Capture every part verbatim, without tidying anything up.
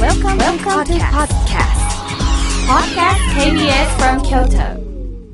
Welcome, Welcome to podcast. Podcast ケービーエス from Kyoto.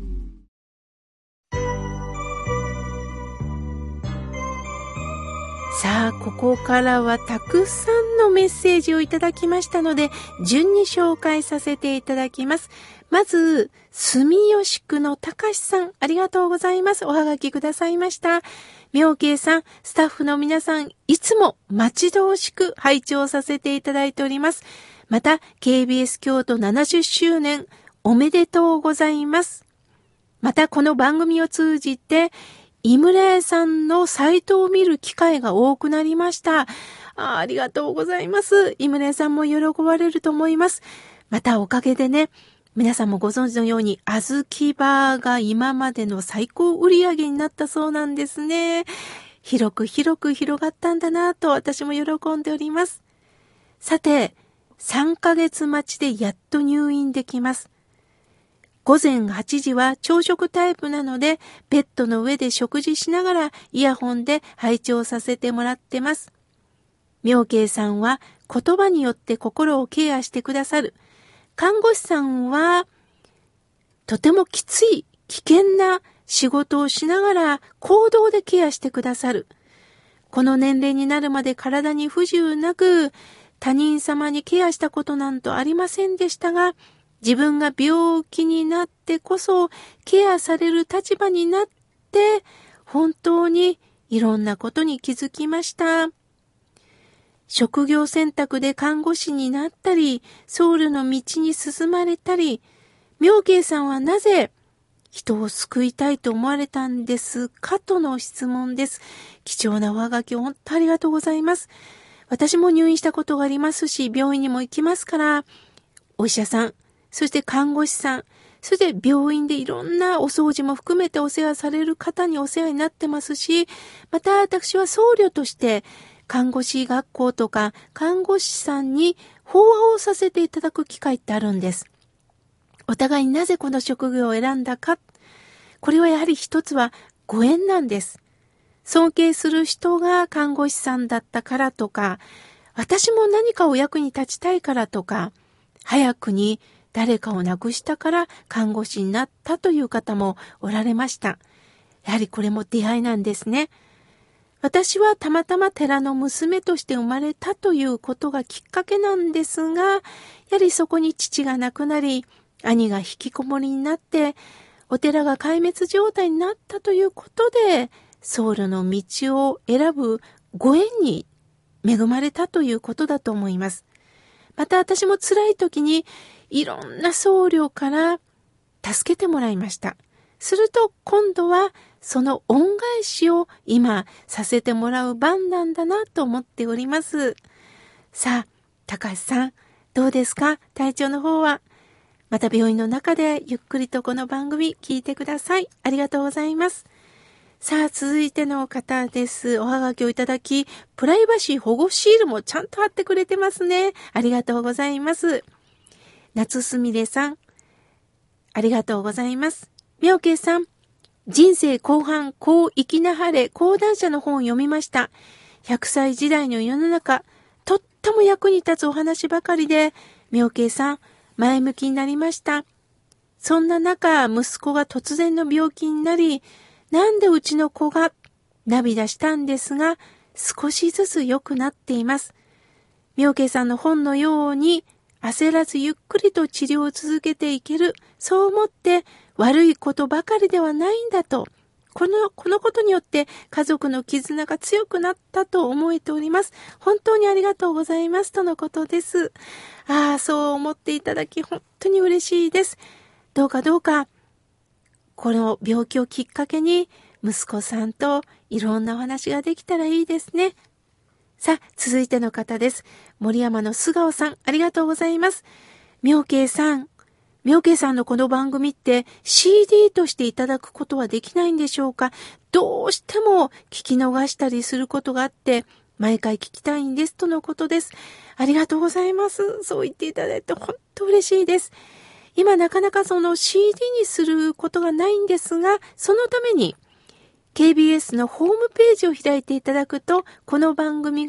さあ、ここからはたくさんのメッセージをいただきましたので、順に紹介させていただきます。まず、住吉区のたかしさん、ありがとうございます。おはがきくださいました。妙慶さん、スタッフの皆さん、いつも待ち遠しく拝聴させていただいております。また、ケービーエス 京都ななじゅっしゅうねん、おめでとうございます。また、この番組を通じて、井村屋さんのサイトを見る機会が多くなりました。あ、ありがとうございます。井村屋さんも喜ばれると思います。またおかげでね、皆さんもご存知のように、あずきバーが今までの最高売り上げになったそうなんですね。広く広く広がったんだなと私も喜んでおります。さて、さんかげつ待ちでやっと入院できます。午前はちじは朝食タイプなので、ベッドの上で食事しながらイヤホンで拝聴させてもらってます。妙慶さんは言葉によって心をケアしてくださる。看護師さんはとてもきつい危険な仕事をしながら行動でケアしてくださる。この年齢になるまで体に不自由なく他人様にケアしたことなんとありませんでしたが、自分が病気になってこそケアされる立場になって本当にいろんなことに気づきました。職業選択で看護師になったり、ソウルの道に進まれたり、妙慶さんはなぜ人を救いたいと思われたんですかとの質問です。貴重なおはがきを本当ありがとうございます。私も入院したことがありますし、病院にも行きますから、お医者さん、そして看護師さん、そして病院でいろんなお掃除も含めてお世話される方にお世話になってますし、また私は僧侶として看護師学校とか看護師さんに法話をさせていただく機会ってあるんです。お互いになぜこの職業を選んだか、これはやはり一つはご縁なんです。尊敬する人が看護師さんだったからとか、私も何かお役に立ちたいからとか、早くに誰かを亡くしたから看護師になったという方もおられました。やはりこれも出会いなんですね。私はたまたま寺の娘として生まれたということがきっかけなんですが、やはりそこに父が亡くなり、兄が引きこもりになって、お寺が壊滅状態になったということで、ソウルの道を選ぶご縁に恵まれたということだと思います。また私も辛い時にいろんな僧侶から助けてもらいました。すると今度はその恩返しを今させてもらう番なんだなと思っております。さあ、高橋さん、どうですか？体調の方は。また病院の中でゆっくりとこの番組聞いてください。ありがとうございます。さあ、続いての方です。おはがきをいただき、プライバシー保護シールもちゃんと貼ってくれてますね。ありがとうございます。夏すみれさん、ありがとうございます。妙慶さん、人生後半、こう生きなはれ、講談社の本を読みました。ひゃくさい時代の世の中、とっても役に立つお話ばかりで、妙慶さん、前向きになりました。そんな中、息子が突然の病気になり、なんでうちの子が涙したんですが、少しずつ良くなっています。妙慶さんの本のように、焦らずゆっくりと治療を続けていける。そう思って悪いことばかりではないんだと。この、このことによって家族の絆が強くなったと思えております。本当にありがとうございますとのことです。ああ、そう思っていただき本当に嬉しいです。どうかどうか、この病気をきっかけに息子さんといろんなお話ができたらいいですね。さあ、続いての方です。森山の素顔さん、ありがとうございます。妙慶さん、妙慶さんのこの番組って シーディー としていただくことはできないんでしょうか？どうしても聞き逃したりすることがあって、毎回聞きたいんですとのことです。ありがとうございます。そう言っていただいて本当嬉しいです。今なかなかその シーディー にすることがないんですが、そのためにケービーエス のホームページを開いていただくと、この番組が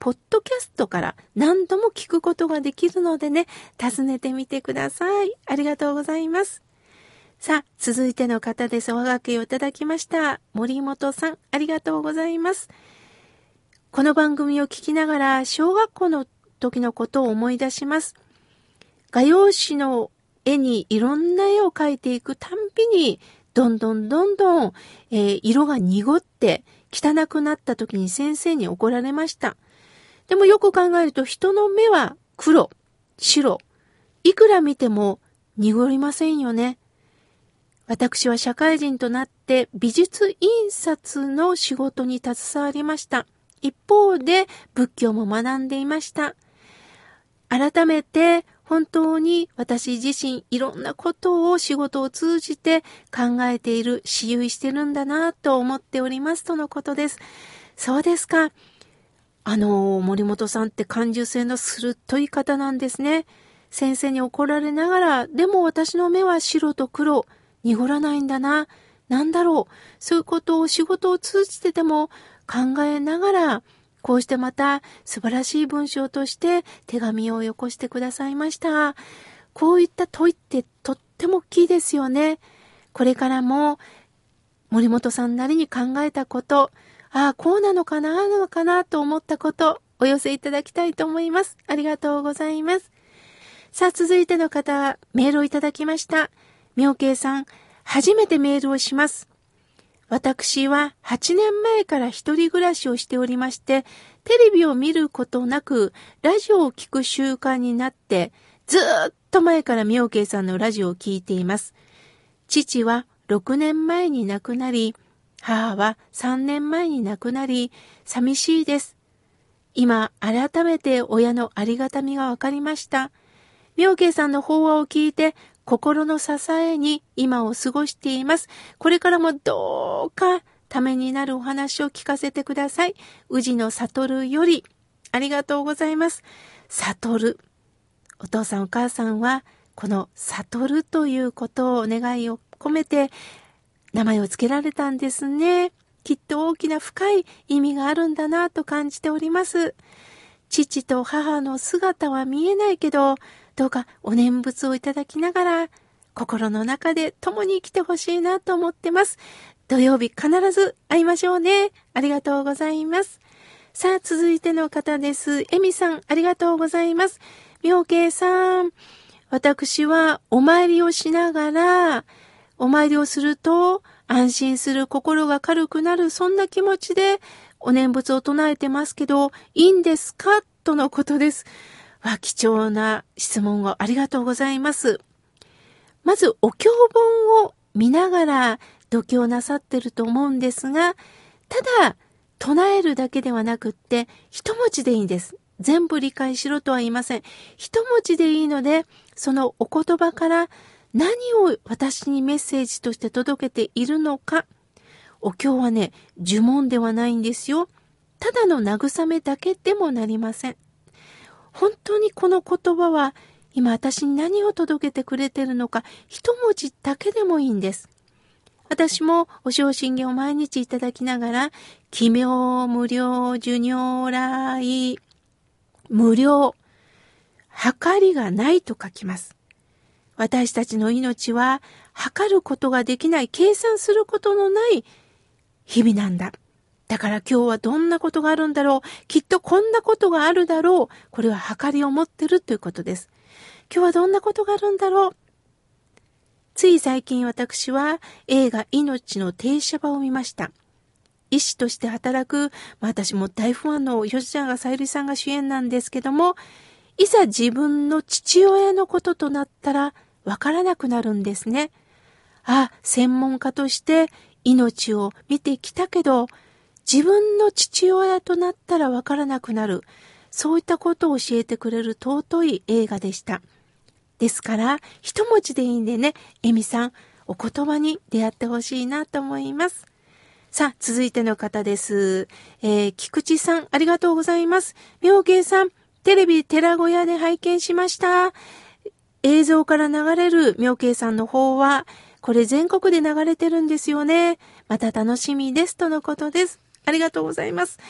ポッドキャストから何度も聞くことができるのでね、訪ねてみてください。ありがとうございます。さあ、続いての方です。おはがきをいただきました。森本さん、ありがとうございます。この番組を聞きながら、小学校の時のことを思い出します。画用紙の絵にいろんな絵を描いていくたんびに、どんどんどんどん、えー、色が濁って汚くなった時に先生に怒られました。でもよく考えると人の目は黒、白、いくら見ても濁りませんよね。私は社会人となって美術印刷の仕事に携わりました。一方で仏教も学んでいました。改めて本当に私自身いろんなことを仕事を通じて考えている、思惟してるんだなと思っておりますとのことです。そうですか。あの、森本さんって感受性の鋭い方なんですね。先生に怒られながら、でも私の目は白と黒、濁らないんだな。なんだろう。そういうことを仕事を通じてでも考えながら、こうしてまた素晴らしい文章として手紙をよこしてくださいました。こういった問いってとっても大きいですよね。これからも森本さんなりに考えたこと、ああ、こうなのかな、ああなのかなと思ったこと、お寄せいただきたいと思います。ありがとうございます。さあ、続いての方、メールをいただきました。妙慶さん、初めてメールをします。私ははちねんまえから一人暮らしをしておりまして、テレビを見ることなく、ラジオを聞く習慣になって、ずーっと前から妙慶さんのラジオを聞いています。父はろくねんまえに亡くなり、母はさんねんまえに亡くなり、寂しいです。今、改めて親のありがたみがわかりました。妙慶さんの法話を聞いて、心の支えに今を過ごしています。これからもどうかためになるお話を聞かせてください。宇治の悟より、ありがとうございます。悟。お父さんお母さんは、この悟ということを願いを込めて、名前を付けられたんですね。きっと大きな深い意味があるんだなと感じております。父と母の姿は見えないけど、どうかお念仏をいただきながら、心の中で共に生きてほしいなと思ってます。土曜日必ず会いましょうね。ありがとうございます。さあ、続いての方です。エミさん、ありがとうございます。妙慶さん、私はお参りをしながら、お参りをすると安心する、心が軽くなる、そんな気持ちでお念仏を唱えてますけど、いいんですかとのことです。わ、貴重な質問をありがとうございます。まず、お経本を見ながら読経なさってると思うんですが、ただ、唱えるだけではなくって、一文字でいいんです。全部理解しろとは言いません。一文字でいいので、そのお言葉から何を私にメッセージとして届けているのか。お経はね、呪文ではないんですよ。ただの慰めだけでもなりません。本当にこの言葉は今私に何を届けてくれてるのか、一文字だけでもいいんです。私もお正信言を毎日いただきながら、奇妙無料寿如来、無料、計りがないと書きます。私たちの命は測ることができない、計算することのない日々なんだ。だから今日はどんなことがあるんだろう。きっとこんなことがあるだろう。これは計りを持ってるということです。今日はどんなことがあるんだろう。つい最近私は映画命の停車場を見ました。医師として働く、まあ、私も大ファンの吉永小百合さんが主演なんですけども、いざ自分の父親のこととなったらわからなくなるんですね。あ、専門家として命を見てきたけど、自分の父親となったらわからなくなる。そういったことを教えてくれる尊い映画でした。ですから、一文字でいいんでね、エミさん、お言葉に出会ってほしいなと思います。さあ、続いての方です。えー、菊池さん、ありがとうございます。妙慶さん、テレビ寺小屋で拝見しました。映像から流れる妙慶さんの方は、これ全国で流れてるんですよね。また楽しみですとのことです。ありがとうございます。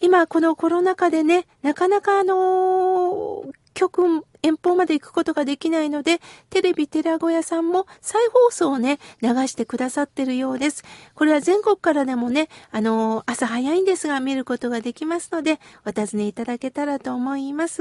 今このコロナ禍でね、なかなかあのー、局遠方まで行くことができないので、テレビ寺子屋さんも再放送をね、流してくださってるようです。これは全国からでもね、あのー、朝早いんですが見ることができますので、お尋ねいただけたらと思います。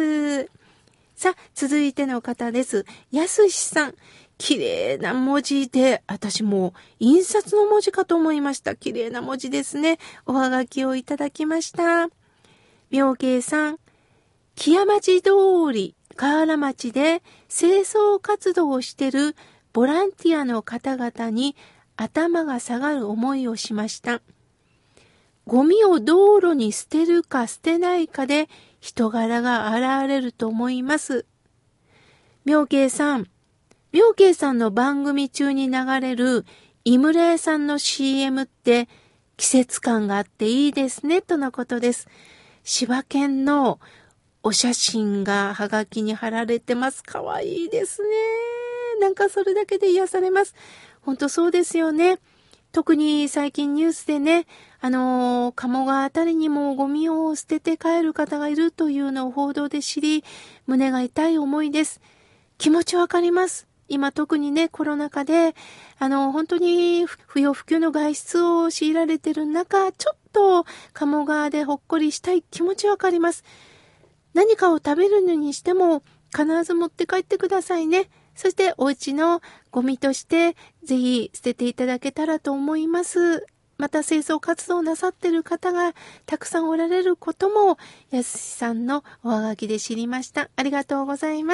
さあ、続いての方です。やすしさん。綺麗な文字で、私もう印刷の文字かと思いました。綺麗な文字ですね。おはがきをいただきました。妙慶さん。木屋町通り、河原町で清掃活動をしているボランティアの方々に頭が下がる思いをしました。ゴミを道路に捨てるか捨てないかで人柄が現れると思います。妙慶さん。妙慶さんの番組中に流れる井村屋さんの シーエム って季節感があっていいですねとのことです。柴犬のお写真がはがきに貼られてます。かわいいですね。なんかそれだけで癒されます。ほんとそうですよね。特に最近ニュースでね、あのー、鴨川あたりにもゴミを捨てて帰る方がいるというのを報道で知り、胸が痛い思いです。気持ちわかります。今特にね、コロナ禍で、あの、本当に不要不急の外出を強いられてる中、ちょっと鴨川でほっこりしたい気持ちわかります。何かを食べるのにしても、必ず持って帰ってくださいね。そしてお家のゴミとしてぜひ捨てていただけたらと思います。また清掃活動をなさっている方がたくさんおられることも、やすしさんのおはがきで知りました。ありがとうございます。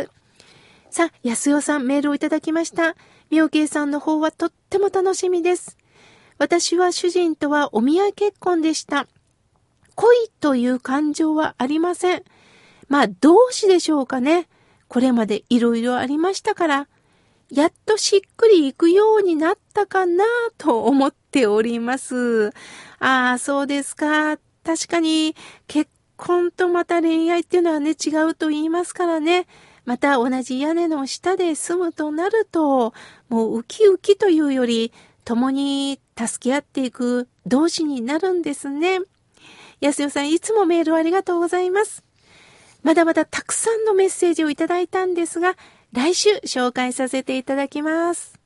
さあ、やすよさんメールをいただきました。みょうけいさんの方はとっても楽しみです。私は主人とはお見合い結婚でした。恋という感情はありません。まあ、同志でしょうかね。これまでいろいろありましたから、やっとしっくりいくようになったかなと思っております。ああ、そうですか。確かに結婚とまた恋愛っていうのはね、違うと言いますからね。また同じ屋根の下で住むとなると、もうウキウキというより、共に助け合っていく同志になるんですね。やすよさん、いつもメールありがとうございます。まだまだたくさんのメッセージをいただいたんですが、来週紹介させていただきます。